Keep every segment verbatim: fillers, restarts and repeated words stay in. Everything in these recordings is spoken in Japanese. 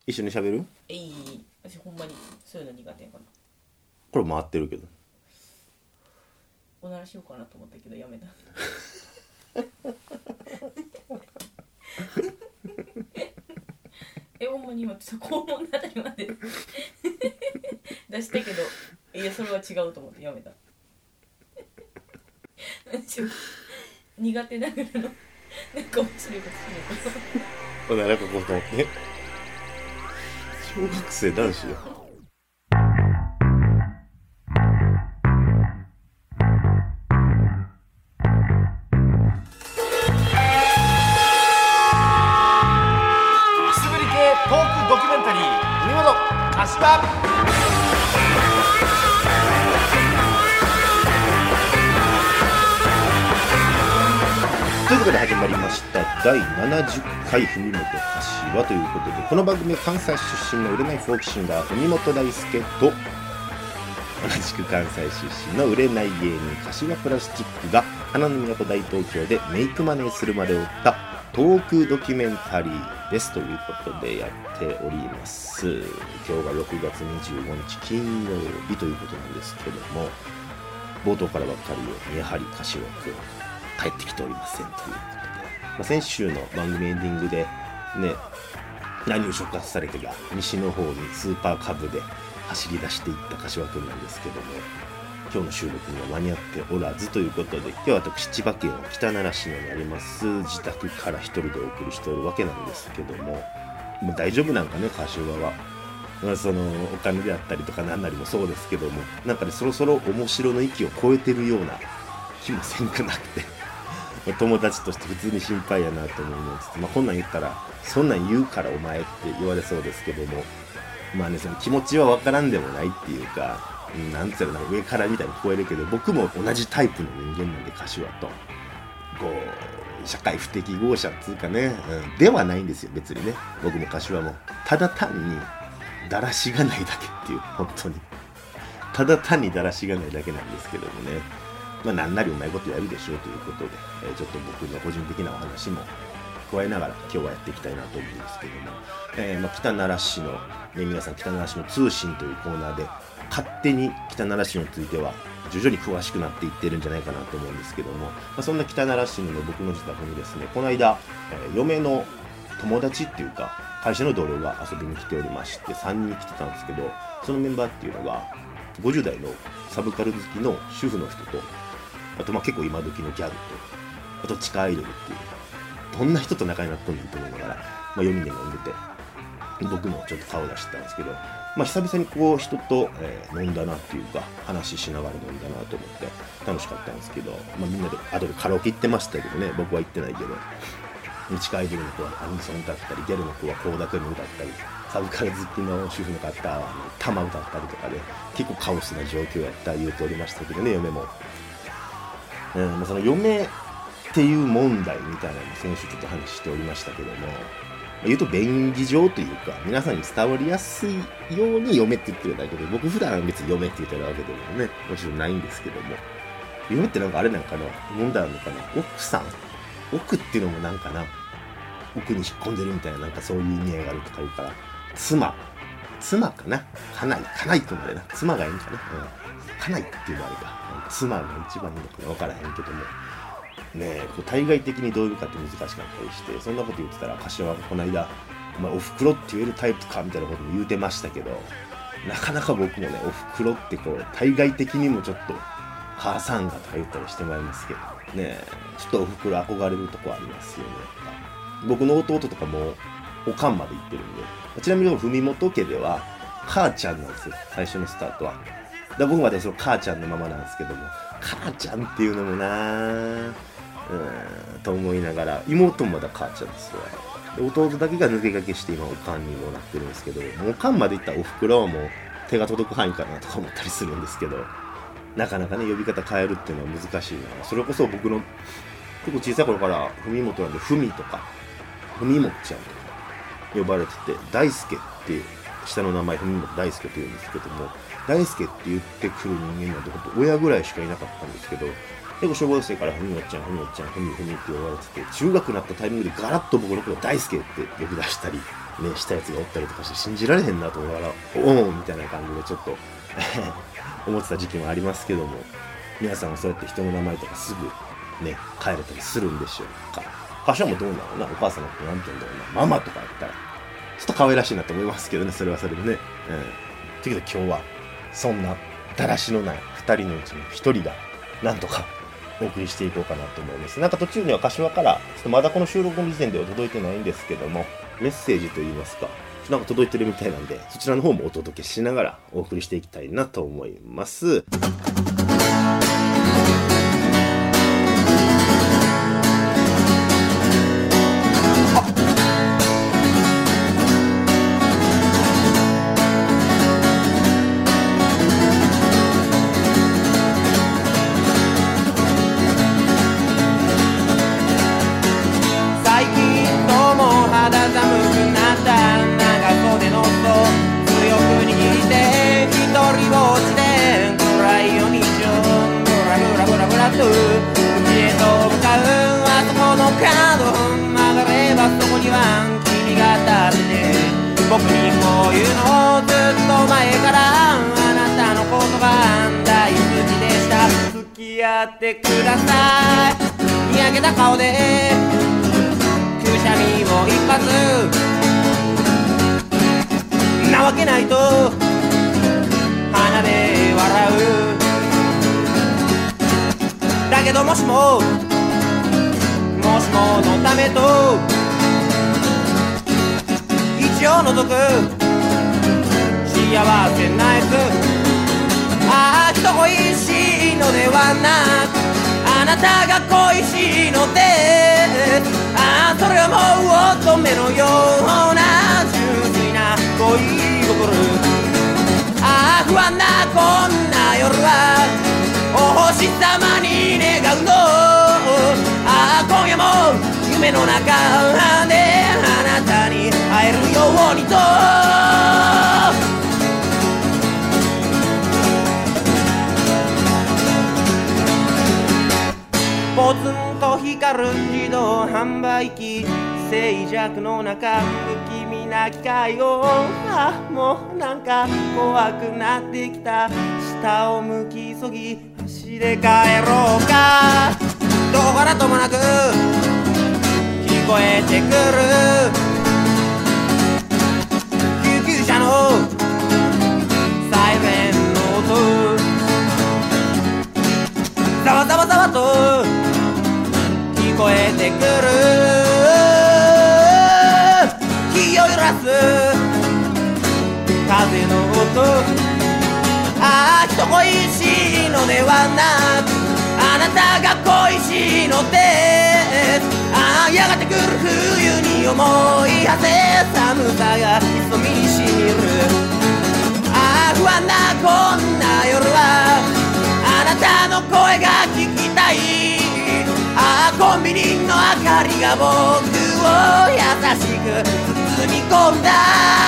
一緒に喋る？ えい私ほんまにそういうの苦手やから。 これ回ってるけどおならしようかなと思ったけどやめたえほんまに今肛門のあたりまで出したけどいやそれは違うと思ってやめた苦手ながらのなんか面白いことするおならかこうと思って小学生男子よ。 トークドキュメンタリー海本柏。 ということで始まりましただいななじゅっかい文本柏ということで、この番組は関西出身の売れないフォークシンガー文本大輔と同じく関西出身の売れない芸人柏プラスチックが花の都大東京でメイクマネーするまでを追ったトークドキュメンタリーですということでやっております。今日がろくがつにじゅうごにち金曜日ということなんですけども、冒頭から分かるようにやはり柏くん帰ってきておりませんということで、まあ、先週の番組エンディングでね、何を触発されてか西の方にスーパーカブで走り出していった柏くんなんですけども、今日の収録には間に合っておらずということで、今日は私千葉県北習志野にあります自宅から一人でお送りしておるわけなんですけども、もう大丈夫なんかね柏は、まあ、そのお金であったりとか何なりもそうですけども、なんかねそろそろ面白の域を超えてるような気もせんくなくて友達として普通に心配やなと思います。まあこんなん言ったらそんなん言うからお前って言われそうですけども、まあねその気持ちはわからんでもないっていうか、なんつうのなんか上からみたいに聞こえるけど、僕も同じタイプの人間なんで柏とこう社会不適合者っつうかね、うん、ではないんですよ別にね。僕も柏もただ単にだらしがないだけっていう、本当にただ単にだらしがないだけなんですけどもね、まあ何なりうまいことやるでしょうということで、えー、ちょっと僕の個人的なお話も加えながら今日はやっていきたいなと思うんですけども、えーまあ、北習志野、ね、皆さん北習志野通信というコーナーで勝手に北習志野については徐々に詳しくなっていってるんじゃないかなと思うんですけども、まあ、そんな北習志野の僕の自宅にですね、この間、えー、嫁の友達っていうか会社の同僚が遊びに来ておりましてさんにん来てたんですけど、そのメンバーっていうのがごじゅう代のサブカル好きの主婦の人と、あとまあ結構今時のギャルと、あと地下アイドルっていう、どんな人と仲になったんだと思いながら、まあ、よにんで飲んでて、僕もちょっと顔出してたんですけど、まあ、久々にこう人と、えー、飲んだなっていうか話ししながら飲んだなと思って楽しかったんですけど、まあ、みんなで後でカラオケ行ってましたけどね、僕は行ってないけど、地下アイドルの子はアニソン歌ったり、ギャルの子は倖田來未歌ったり、サブカル好きの主婦の方はタマ歌ったりとかで結構カオスな状況やった言うておりましたけどね、嫁も、うんまあ、その嫁っていう問題みたいなのも先週ちょっと話しておりましたけども、言うと便宜上というか皆さんに伝わりやすいように嫁って言ってるだけで、僕普段別に嫁って言ってるわけでもねもちろんないんですけども、嫁ってなんかあれなんかな、問題あるのかな、奥さん、奥っていうのもなんかな、奥に引っ込んでるみたいな、なんかそういう意味合いがあるとか言うから、妻妻かな、家内家内君までな、妻がいいんかな、うん、家内っていうのあるか、妻が一番いいのかな分からへんけどもねえ、対外的にどういうかって難しかったりして、そんなこと言ってたら柏はこの間お前おふくろって言えるタイプかみたいなことも言うてましたけど、なかなか僕もねおふくろってこう対外的にもちょっと母さんがとか言ったりしてまいりますけどね、ちょっとおふくろ憧れるとこありますよね。僕の弟とかもおかんまで行ってるんで、ちなみに文本家では母ちゃんなんですよ最初のスタートは。だ僕までその母ちゃんのままなんですけども、母ちゃんっていうのもなーうーんと思いながら、妹もまだ母ちゃんですよ。で弟だけが抜け駆けして今おかんにもなってるんですけど、もうおかんまで行ったらおふくろはもう手が届く範囲かなとか思ったりするんですけど、なかなかね呼び方変えるっていうのは難しいな。それこそ僕の結構小さい頃から文本なんでふみとかふみもっちゃんとか呼ばれてて、大輔っていう下の名前文本大輔というんですけども、大輔って言ってくる人間なんて本当親ぐらいしかいなかったんですけど、結構小学生からふみおっちゃんふみおっちゃんふみふみって呼ばれてて、中学になったタイミングでガラッと僕のこと大輔って呼び出したり、 ねしたやつがおったりとかして信じられへんなと思いながらおおみたいな感じでちょっと思ってた時期もありますけども、皆さんはそうやって人の名前とかすぐね変えれたりするんでしょうか。柏もどうなのな、お母さんのことなんて言うんだろうな、ママとかやったらちょっと可愛らしいなと思いますけどね、それはそれでね。うん。ということで今日はそんなだらしのないふたりのうちのひとりがなんとかお送りしていこうかなと思います。なんか途中には柏からちょっとまだこの収録の時点では届いてないんですけども、メッセージといいますかなんか届いてるみたいなんで、そちらの方もお届けしながらお送りしていきたいなと思います。 僕にこういうのずっと前からあなたのことが大好きでした。付き合ってください。にやけた顔でくしゃみを一発、なわけないと鼻で笑う。だけどもしももしものためと一応除く幸せなやつ、ああ人恋しいのではなくあなたが恋しいので、ああそれはもう乙女のような純粋な恋心、ああ不安なこんな夜はお星様に願うの、ああ今夜も夢の中であなたに会えるようにと、ポツンと光る自動販売機、静寂の中不気味な機械を、あもうなんか怖くなってきた。下を向き急ぎ足で帰ろうか。どこからともなく聞こえてくる救急車のサイレンの音、ざわざわざわと聞こえてくる気を揺らす風の音、ああ人恋しいのではなくあなたが恋しいので、ああやがて来る冬に思い馳せ寒さが潜みにしみる、ああ不安なこんな夜はあなたの声が聞きたい、ああコンビニの明かりが僕を優しく包み込んだ。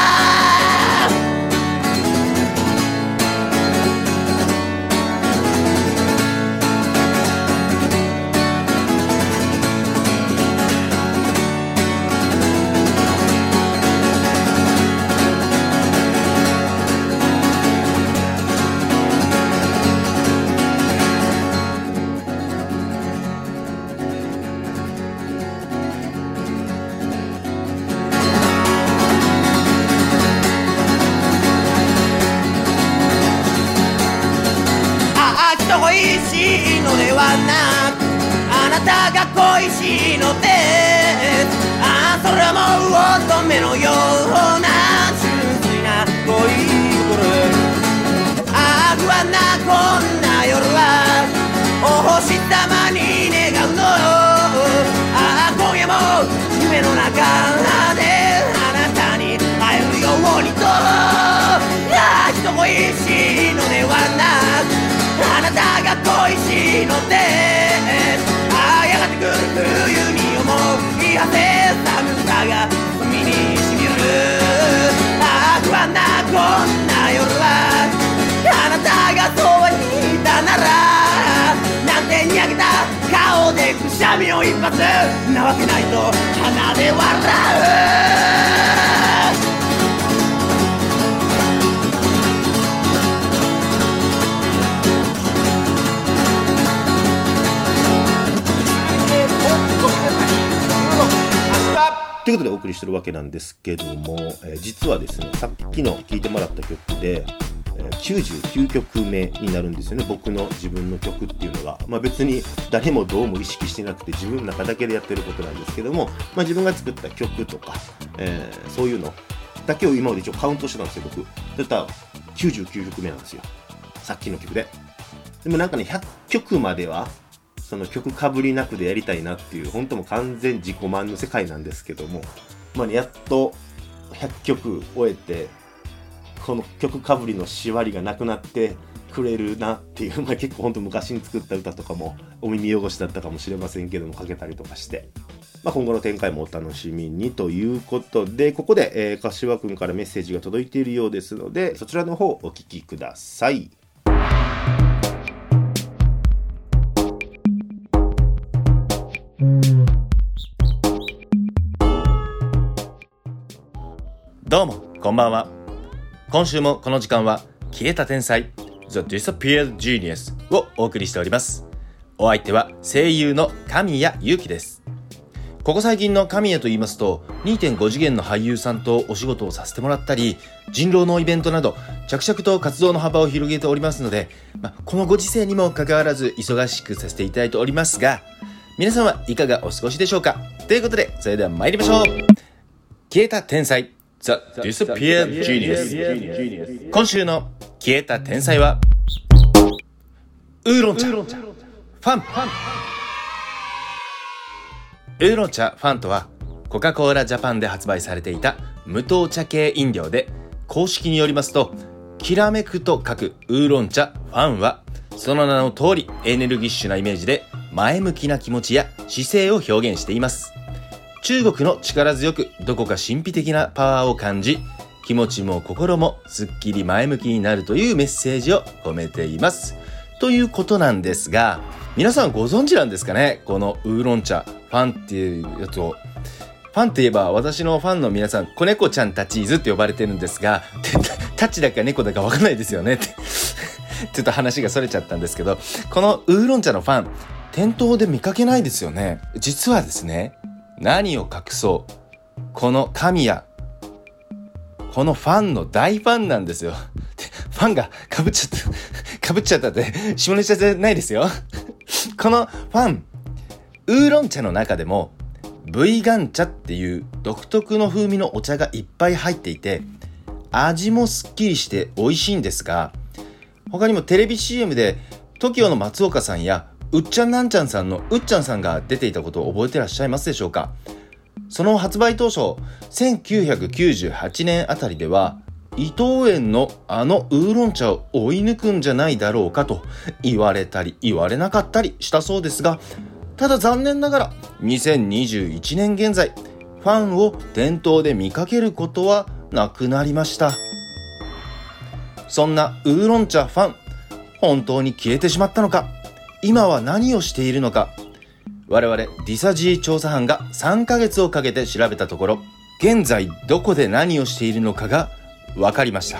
恋しいのではなくあなたが恋しいので、ああそれはもう乙女のような純粋な恋心、ああ不安なこんな夜はお星様に願うの、ああ今夜も夢の中であなたに会えるようにと、ああ人恋しいのではなくあなたが恋しいので、ああやがて来る冬に思い馳せ寒さが海にしみる、ああ不安なこんな夜はあなたがそばにいたなら、なんてにやけた顔でくしゃみを一発、なわけないと鼻で笑う。 ということでお送りしてるわけなんですけども、えー、実はですね、さっきの聴いてもらった曲で、えー、きゅうじゅうきゅうきょくめになるんですよね。僕の自分の曲っていうのが、まあ、別に誰もどうも意識してなくて自分の中だけでやってることなんですけども、まあ、自分が作った曲とか、えー、そういうのだけを今まで一応カウントしてたんですよ、僕。だったらきゅうじゅうきゅうきょくめなんですよ、さっきの曲で。でもなんかね、ひゃっきょくまではその曲かぶりなくでやりたいなっていう、本当も完全自己満の世界なんですけども、まあね、やっとひゃっきょく終えて、この曲かぶりの縛りがなくなってくれるなっていう、まあ、結構本当昔に作った歌とかもお耳汚しだったかもしれませんけども、かけたりとかして、まあ、今後の展開もお楽しみにということで、ここで、えー、柏くんからメッセージが届いているようですので、そちらの方お聞きください。 どうもこんばんは。今週もこの時間は消えた天才 The Disappeared Genius をお送りしております。お相手は声優の神谷祐希です。ここ最近の神谷と言いますと にてんご 次元の俳優さんとお仕事をさせてもらったり、人狼のイベントなど着々と活動の幅を広げておりますので、まあ、このご時世にもかかわらず忙しくさせていただいておりますが、皆さんはいかがお過ごしでしょうか。ということで、それでは参りましょう。消えた天才 The Disappeared Genius。 今週の消えた天才はウーロン茶ファン。ウーロン茶ファンとはコカ・コーラジャパンで発売されていた無糖茶系飲料で、公式によりますときらめくと書くウーロン茶ファンはその名の通りエネルギッシュなイメージで前向きな気持ちや姿勢を表現しています。中国の力強くどこか神秘的なパワーを感じ、気持ちも心もすっきり前向きになるというメッセージを込めていますということなんですが、皆さんご存知なんですかね。このウーロン茶ファンっていうやつを。ファンといえば私のファンの皆さん、子猫ちゃんたちーずって呼ばれてるんですが、タチだか猫だか分かんないですよねってちょっと話がそれちゃったんですけど、このウーロン茶のファン、店頭で見かけないですよね。実はですね、何を隠そう、この神谷、このファンの大ファンなんですよ。ファンが被っちゃった被っちゃったって下ネタじゃないですよ。このファン、ウーロン茶の中でもブイガン茶っていう独特の風味のお茶がいっぱい入っていて、味もすっきりして美味しいんですが、他にもテレビ シーエム で トキオ の松岡さんやうっちゃんなんちゃんさんのうっちゃんさんが出ていたことを覚えてらっしゃいますでしょうか。その発売当初せんきゅうひゃくきゅうじゅうはちねんあたりでは伊藤園のあのウーロン茶を追い抜くんじゃないだろうかと言われたり言われなかったりしたそうですが、ただ残念ながらにせんにじゅういちねん現在ファンを店頭で見かけることはなくなりました。そんなウーロン茶ファン、本当に消えてしまったのか、今は何をしているのか、我々ディサジー調査班がさんかげつをかけて調べたところ、現在どこで何をしているのかが分かりました。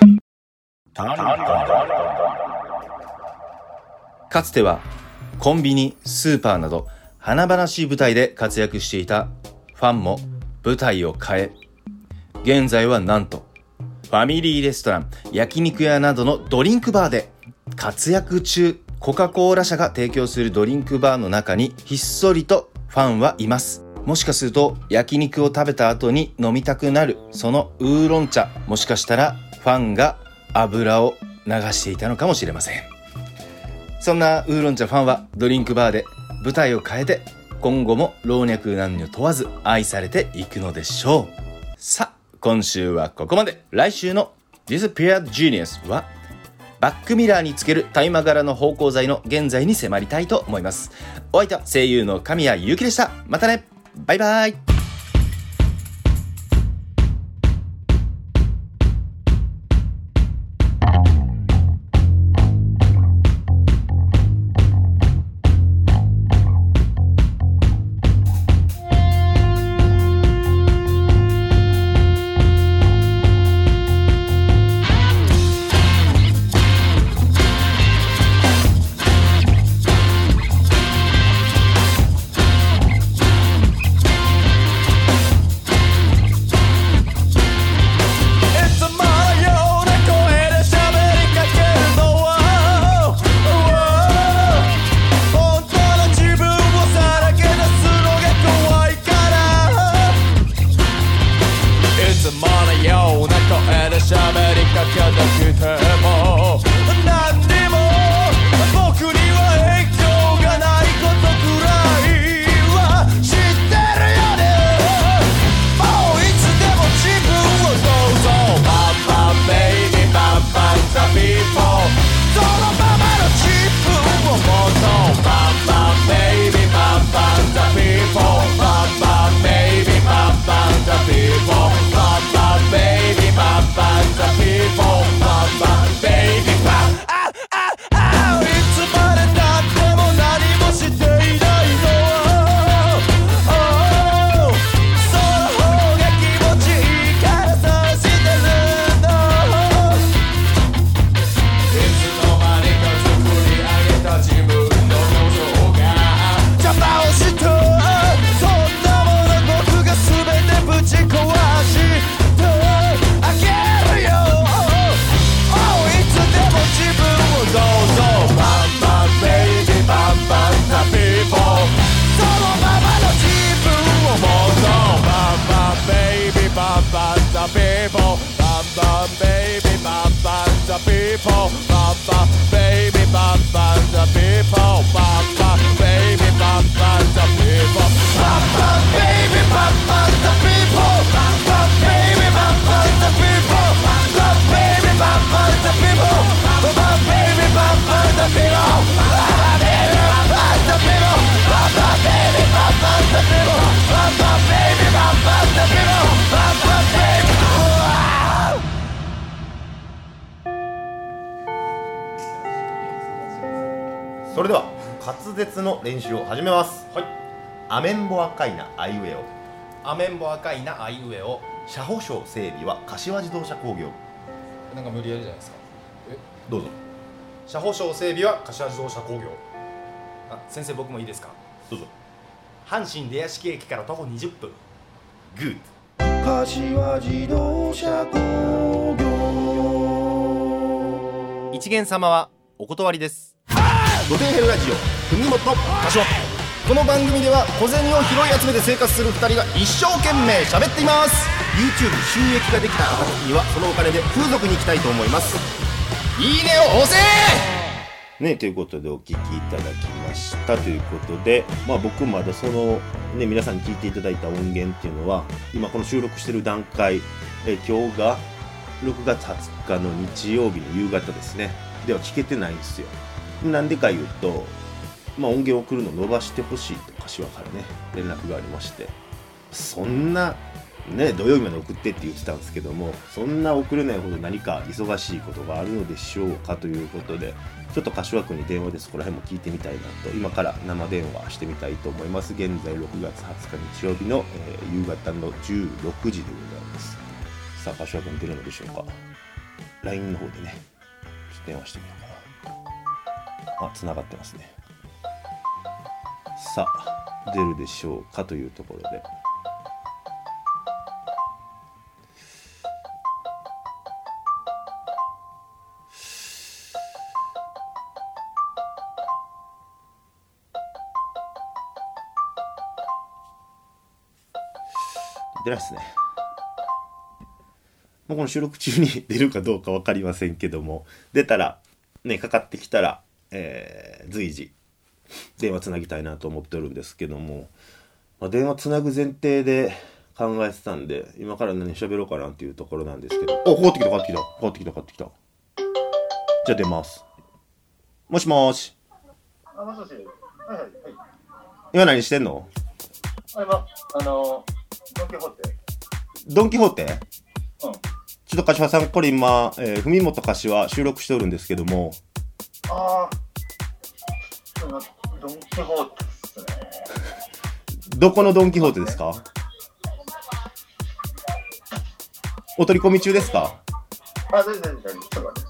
かつてはコンビニ、スーパーなど華々しい舞台で活躍していたファンも舞台を変え、現在はなんとファミリーレストラン、焼肉屋などのドリンクバーで活躍中。コカ・コーラ社が提供するドリンクバーの中にひっそりとファンはいます。もしかすると焼肉を食べた後に飲みたくなるそのウーロン茶、もしかしたらファンが油を流していたのかもしれません。そんなウーロン茶ファンはドリンクバーで舞台を変えて、今後も老若男女問わず愛されていくのでしょう。さあ、今週はここまで。来週の Disappeared Genius はバックミラーにつける大麻柄の芳香剤の現在に迫りたいと思います。お相手は声優の神谷祐希でした。またね、バイバイ。 bum baby bum bum the people bum bum baby bum bum the people bum bum baby bum bum the people bum bum baby bum bum the people bum bum baby bum bum the people bum bum baby bum bum the people bum bum baby bum bum the people bum bum baby bum bum the people bum bum baby bum bum the people bum bum baby bum bum the people bum bum baby それでは滑舌の練習を始めます。 はい。 アメンボ赤いなあいうえお。 アメンボ赤いなあいうえお。 車保証整備は柏自動車工業。 なんか無理やりじゃないですか。 どうぞ。 車保証整備は柏自動車工業。あ、先生僕もいいですか。 どうぞ。 阪神出屋敷駅から徒歩にじゅっぷん。 グッド。柏自動車工業。 一元様はお断りです。 土手編ラジオ文元柏。 この番組では小銭を拾い集めて生活するふたりが一生懸命喋っています。 YouTube 収益ができた暁にはそのお金で風俗に行きたいと思います。 いいねを押せね、ということでお聞きいただきましたということで、まあ僕まだそのね皆さんに聞いていただいた音源っていうのは今この収録してる段階、え今日がろくがつはつかの日曜日の夕方ですねでは聞けてないんですよ。なんでか言うと、まあ、音源を送るのを伸ばしてほしいと柏からね連絡がありまして、そんなね土曜日まで送ってって言ってたんですけども、そんな送れないほど何か忙しいことがあるのでしょうかということで、ちょっと柏君に電話でそこら辺も聞いてみたいなと今から生電話してみたいと思います。現在ろくがつはつか日曜日の、えー、夕方のじゅうろくじでございます。さあ柏君出るのでしょうか。 ライン の方でねちょっと電話してみようかな。あ、繋がってますね。さあ出るでしょうかというところで、出ないですね。もうこの収録中に出るかどうか分かりませんけども、出たらねかかってきたら、えー、随時電話つなぎたいなと思っておるんですけども、まあ、電話つなぐ前提で考えてたんで今から何喋ろうかなっていうところなんですけど、お、かかってきたかかってきたかかってきたかかってきた。じゃあ出ます。もしもーし。 あ、もしもし。はいはいはい。 今何してんの？ あ、今、あのー、ドンキホーテ。 ドンキホーテ？うん。 ちょっと柏さん、これ今、えー、文元柏収録しておるんですけども。 ああ。ドンキホーテですね。 どこのドンキホーテですか？お取り込み中ですか？ あ、全然全然。ちょっと待って。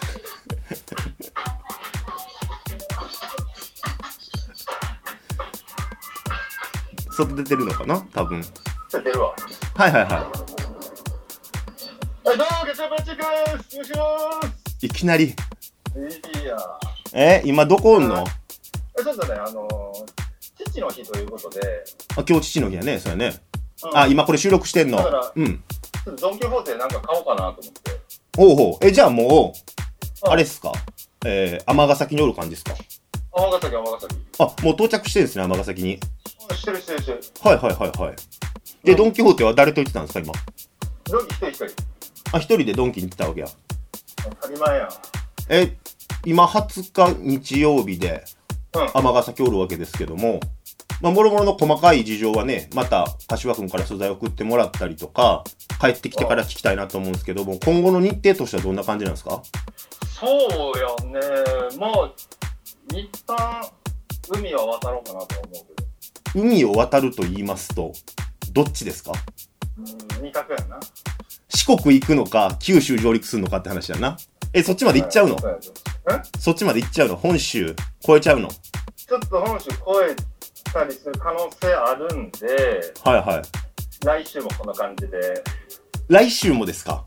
外出てるのかな多分。 出てるわ。 はいはいはい。 はい、どうも、ケチャップチックス。よろしくーす。 いきなり。 いやえ、今どこおんの？ え、ちょっとね、あのー、父の日ということで。 あ、今日父の日やね、それね。 うん、 あ、今これ収録してんの。 だから、 うん。 ちょっとドンキホーテでなんか買おうかなと思って。 おうほう。え、じゃあもう、 うん、あれっすか？えー、尼崎におる感じですか？ 尼崎、尼崎。 あ、もう到着してるんですね、尼崎に。 してるしてるしてる。 はいはいはいはい。で、うん、ドンキホーテは誰と行ってたんですか、今？ ドンキ一人一人。 あ、一人でドンキに行ってたわけや。 当たり前やん。 え、今はつか日曜日で、尼、うん、崎おるわけですけども、まあ、もろもろの細かい事情はね、また、柏くんから素材を送ってもらったりとか、帰ってきてから聞きたいなと思うんですけども、今後の日程としてはどんな感じなんですか？ そうやね、まあ、一旦、海は渡ろうかなと思うけど。 海を渡ると言いますと、どっちですか？ うん、二択やな。 四国行くのか、九州上陸するのかって話だな。え、そっちまで行っちゃうの？ え？ そっちまで行っちゃうの？本州越えちゃうの？ ちょっと本州越えたりする可能性あるんで、 はいはい。 来週もこんな感じで。 来週もですか？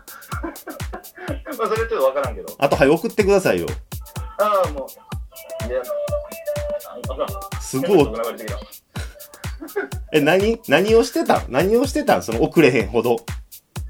まあそれちょっとわからんけど。 あと早送ってくださいよ。 ああ、もう。いや、 すごい。え、何何をしてたん何をしてたんその遅れへんほど。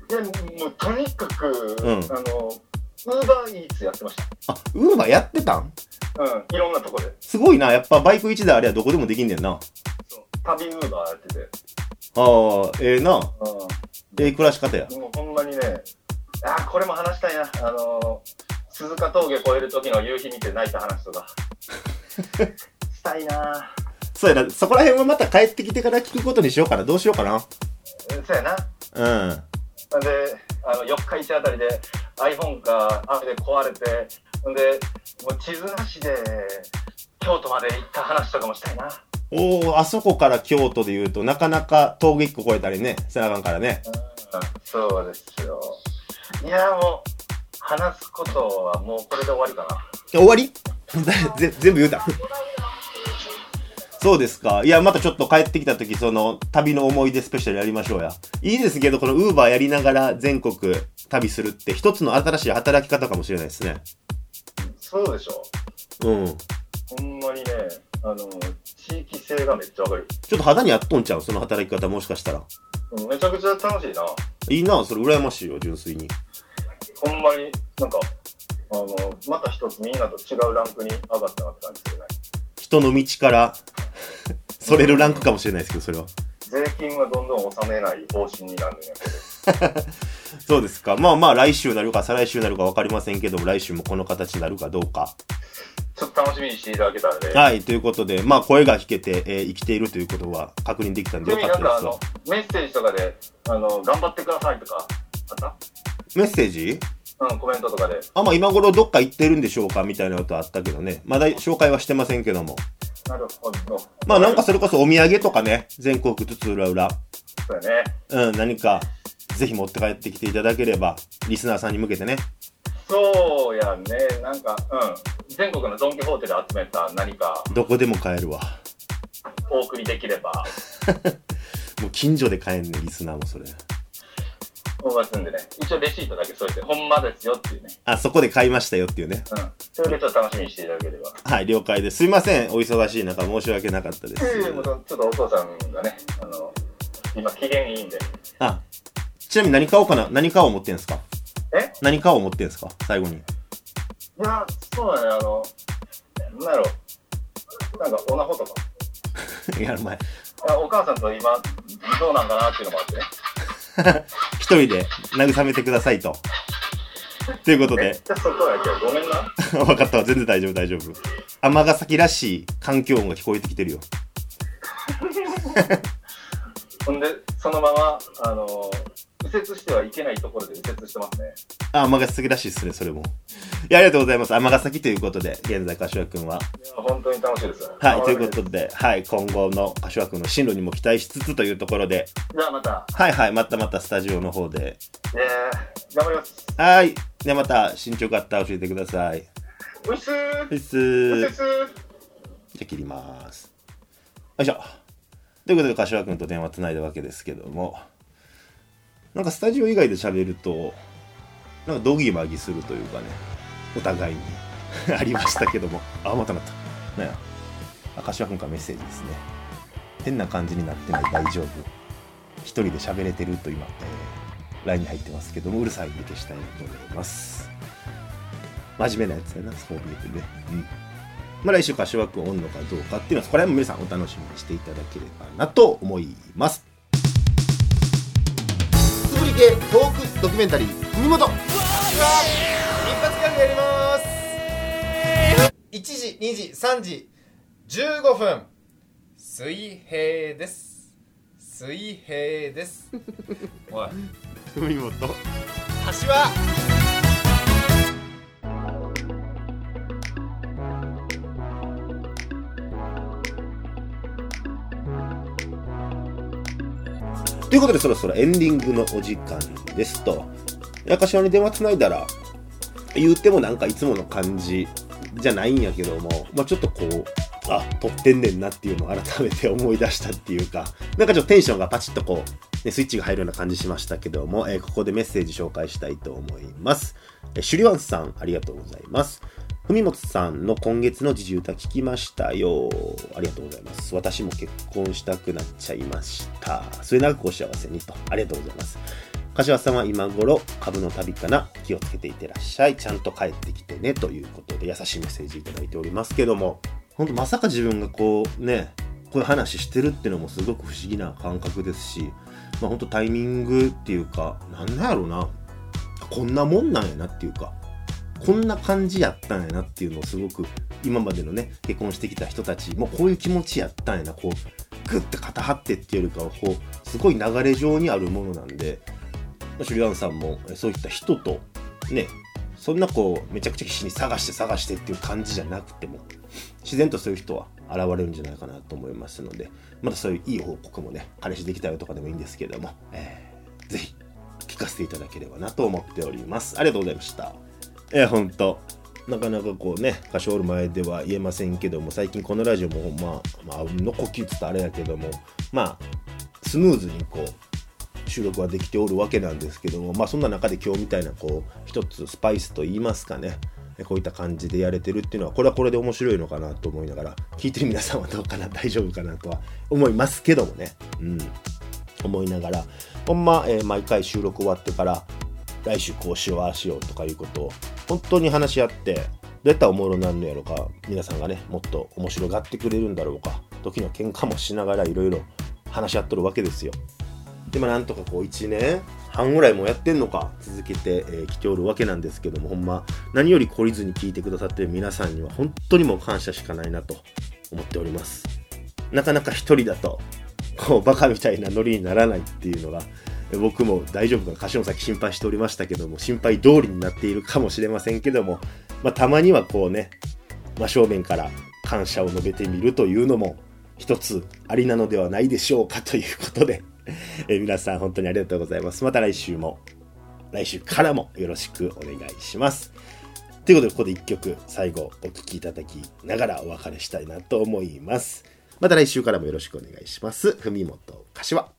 いや、もうとにかく、 うん、 あの、ウーバーイーツやってました。 あ、ウーバーやってたん？ うん、いろんなとこで。 すごいな、やっぱバイク一台あれはどこでもできんねんな。 そう、旅ウーバーやってて。 ああ、ええー、な。 うん。 ええ暮らし方や。 もうほんまにね、あー、これも話したいな。あのー、鈴鹿峠越える時の夕日見て泣いた話とか。したいな。 そうやな、そこら辺はまた帰ってきてから聞くことにしようかな。どうしようかな。 そうやな。 うん。 なんで、あの、四日市あたりで iPhone が雨で壊れて、んで、もう地図なしで京都まで行った話とかもしたいな。 おお、あそこから京都で言うとなかなか峠一個越えたりね、せなあかんからね。 うん、そうですよ。いや、もう、話すことはもうこれで終わりかな。 終わりぜ全部言うた。そうですか。いや、またちょっと帰ってきた時、その、旅の思い出スペシャルやりましょうや。いいですけど、このウーバーやりながら全国旅するって一つの新しい働き方かもしれないですね。 そうでしょ。 うん。 ほんまにね、あの、地域性がめっちゃわかる。 ちょっと肌に合っとんちゃうその働き方もしかしたら。 めちゃくちゃ楽しいな。 いいな、それ羨ましいよ、純粋に。 ほんまになんか、あの、また一つみんなと違うランクに上がったなって感じするね。 人の道から、それるランクかもしれないですけど、それは。 税金はどんどん納めない方針になるんやけど。 そうですか。まあまあ、来週なるか再来週なるか分かりませんけども、来週もこの形になるかどうか。 ちょっと楽しみにしていただけたらね。 はい、ということで、まあ、声が聞けて、えー、生きているということは確認できたんでよかったです。 なんかあの、メッセージとかで、あの、頑張ってくださいとか、あった？ メッセージ？ うん、コメントとかで。 あ、まあ、今頃どっか行ってるんでしょうかみたいなことあったけどね。まだ紹介はしてませんけども。 なるほど。 まあ、なんかそれこそお土産とかね、全国津々浦々。 そうやね。 うん、何か、ぜひ持って帰ってきていただければ、リスナーさんに向けてね。 そうやね。なんか、うん。全国のドン・キホーテで集めた何か、 どこでも買えるわ。 お送りできれば。 もう近所で買えんね、リスナーもそれ。 思いますんでね。一応レシートだけ添えて、ほんまですよっていうね。 あ、そこで買いましたよっていうね。 うん。それでちょっと楽しみにしていただければ。 はい、了解です。すいません。お忙しい中、申し訳なかったです。 ええ、もうちょっとお父さんがね、あの、今機嫌いいんで。 あ、ちなみに何買おうかな何買おう思ってんすかえ何買おう思ってんすか最後に。 いや、そうだね、あの、なんやろ、なんかオナホとか。 いや、お前。 お母さんと今、どうなんかなっていうのもあってね。 一人で慰めてくださいと。ということで。 めっちゃ外やけど、ごめんな。 分かったわ。全然大丈夫、大丈夫。尼崎らしい環境音が聞こえてきてるよ。 ほんで、そのまま、あの、右折してはいけないところで右折してますね。 あ、尼崎らしいっすね、それも。いや、ありがとうございます。尼崎ということで、現在、柏くんは。 いや、本当に楽しいですよ。 はい、ということで、はい、今後の柏くんの進路にも期待しつつというところで。 じゃあまた。 はいはい、またまたスタジオの方で。 えー、頑張ります。 はい。ではまた、進捗あったら教えてください。 おいっすー。 おいっすー。 おいっすー。 じゃあ切ります。よいしょ。ということで、柏くんと電話つないだわけですけども、なんかスタジオ以外で喋ると、なんかドギマギするというかね、お互いにありましたけども、あ、またまた。なんや。あ、柏くんからメッセージですね。変な感じになってない、大丈夫。一人で喋れてると今、えー、ライン に入ってますけども、うるさいんで消したいなと思います。真面目なやつやな、そう見えてね。うん。まあ、来週柏くんおんのかどうかっていうのは、これは皆さんお楽しみにしていただければなと思います。つぶり系トークドキュメンタリー、文元。 一発ギャグやります。いちじ、にじ、さんじ、じゅうごふん。水平です。水平です。おい、 文元。 柏。 ということで、そろそろエンディングのお時間ですと。柏に電話つないだら、言うてもなんかいつもの感じじゃないんやけども、まあ、ちょっとこう、あ、撮ってんねんなっていうのを改めて思い出したっていうか、なんかちょっとテンションがパチッとこう、ね、スイッチが入るような感じしましたけども、えー、ここでメッセージ紹介したいと思います。えー、シュリワンさん、ありがとうございます。文本さんの今月の時事歌聞きましたよ。ありがとうございます。私も結婚したくなっちゃいました。末永くお幸せにと。ありがとうございます。 柏さんは今頃株の旅かな、気をつけていってらっしゃい、ちゃんと帰ってきてねということで優しいメッセージいただいておりますけども、本当まさか自分がこうねこういう話してるっていうのもすごく不思議な感覚ですし、まあ本当タイミングっていうか、なんなんやろうな、こんなもんなんやなっていうか、こんな感じやったんやなっていうのをすごく今までのね結婚してきた人たちもこういう気持ちやったんやな、こうグッて肩張ってっていうよりかはこうすごい流れ上にあるものなんで、シュリアンさんもそういった人とね、そんなこうめちゃくちゃ必死に探して探してっていう感じじゃなくても自然とそういう人は現れるんじゃないかなと思いますので、またそういういい報告もね、彼氏できたよとかでもいいんですけども、えー、ぜひ聞かせていただければなと思っております。ありがとうございました。えー、ほんとなかなかこうね歌唱おる前では言えませんけども、最近このラジオもまあまあの呼吸つったあれやけども、まあスムーズにこう収録はできておるわけなんですけども、まあそんな中で今日みたいなこう一つスパイスと言いますかね、こういった感じでやれてるっていうのはこれはこれで面白いのかなと思いながら、聞いてる皆さんはどうかな、大丈夫かなとは思いますけどもね、うん思いながら、ほんま、えー、毎回収録終わってから来週こうしようああしようとかいうことを本当に話し合って、どうやったらおもろになるのやろか、皆さんがねもっと面白がってくれるんだろうか、時の喧嘩もしながらいろいろ話し合っとるわけですよ。でもなんとかこういちねんはんぐらいもやってんのか続けてき、えー、ておるわけなんですけども、ほんま何より懲りずに聞いてくださってる皆さんには本当にもう感謝しかないなと思っております。なかなか一人だとこうバカみたいなノリにならないっていうのが、僕も大丈夫か、歌詞の先心配しておりましたけども、心配通りになっているかもしれませんけども、まあ、たまにはこうね真正面から感謝を述べてみるというのも一つありなのではないでしょうかということでえー、皆さん本当にありがとうございます。また来週も来週からもよろしくお願いします。ということでここでいっきょく最後お聴きいただきながらお別れしたいなと思います。また来週からもよろしくお願いします。文元柏。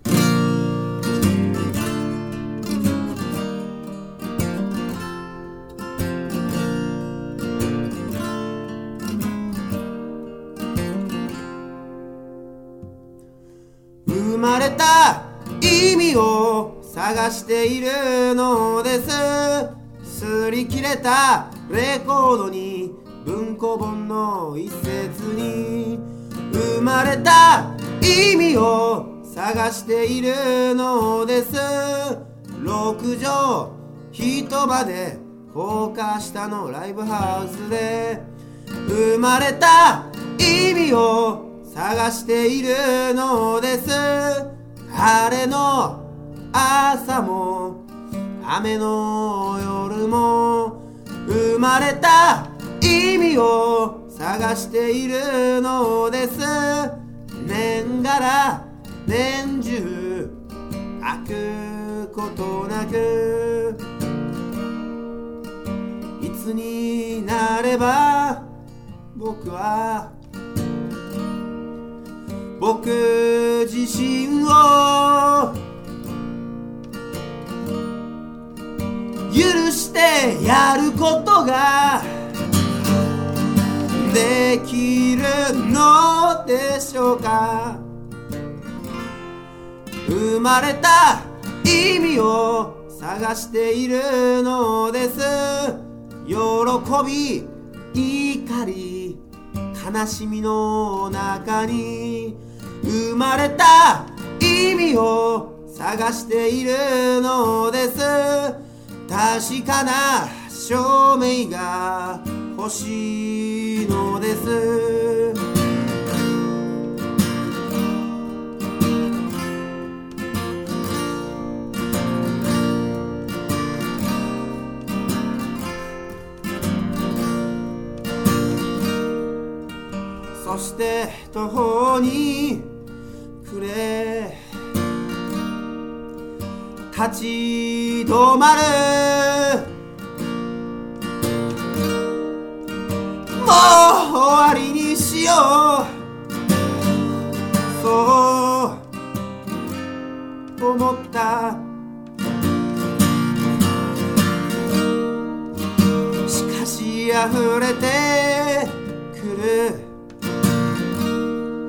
生まれた意味を探しているのです。擦り切れたレコードに文庫本の一節に、生まれた意味を探しているのです。六畳一間で放課したのライブハウスで、生まれた意味を探しているのです。晴れの朝も雨の夜も、生まれた意味を探しているのです。年がら年中飽くことなく、いつになれば僕は僕自身を許してやることができるのでしょうか。生まれた意味を探しているのです。喜び、怒り、悲しみの中に、生まれた意味を探しているのです。確かな証明が欲しいのです。そして途方に暮れ立ち止まる、もう終わりにしよう、そう思った。しかし溢れてくる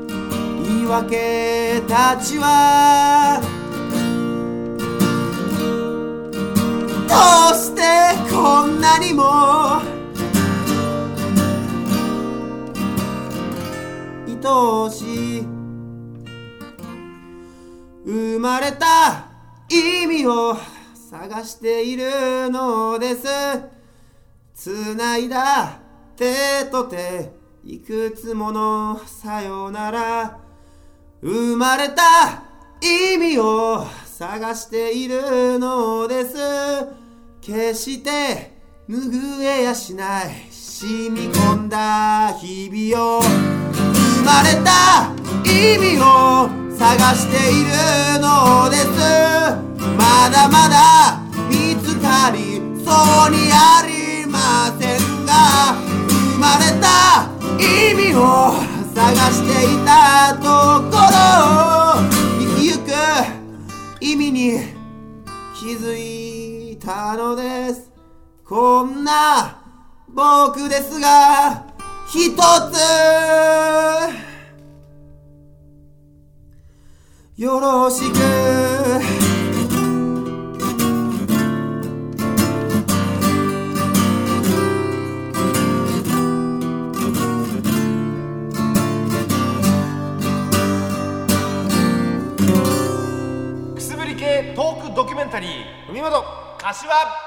言い訳たちはまれた意味を探しているのです。つないだ手と手、いくつものさよなら。生まれた意味を探しているのです。決して拭えやしない染み込んだ日々を、生まれた意味を探しているのです。まだまだ見つかりそうにありませんが、生まれた意味を探していたところ、生きゆく意味に気づいたのです。こんな僕ですが一つよろしく。 くすぶり系トークドキュメンタリー海本柏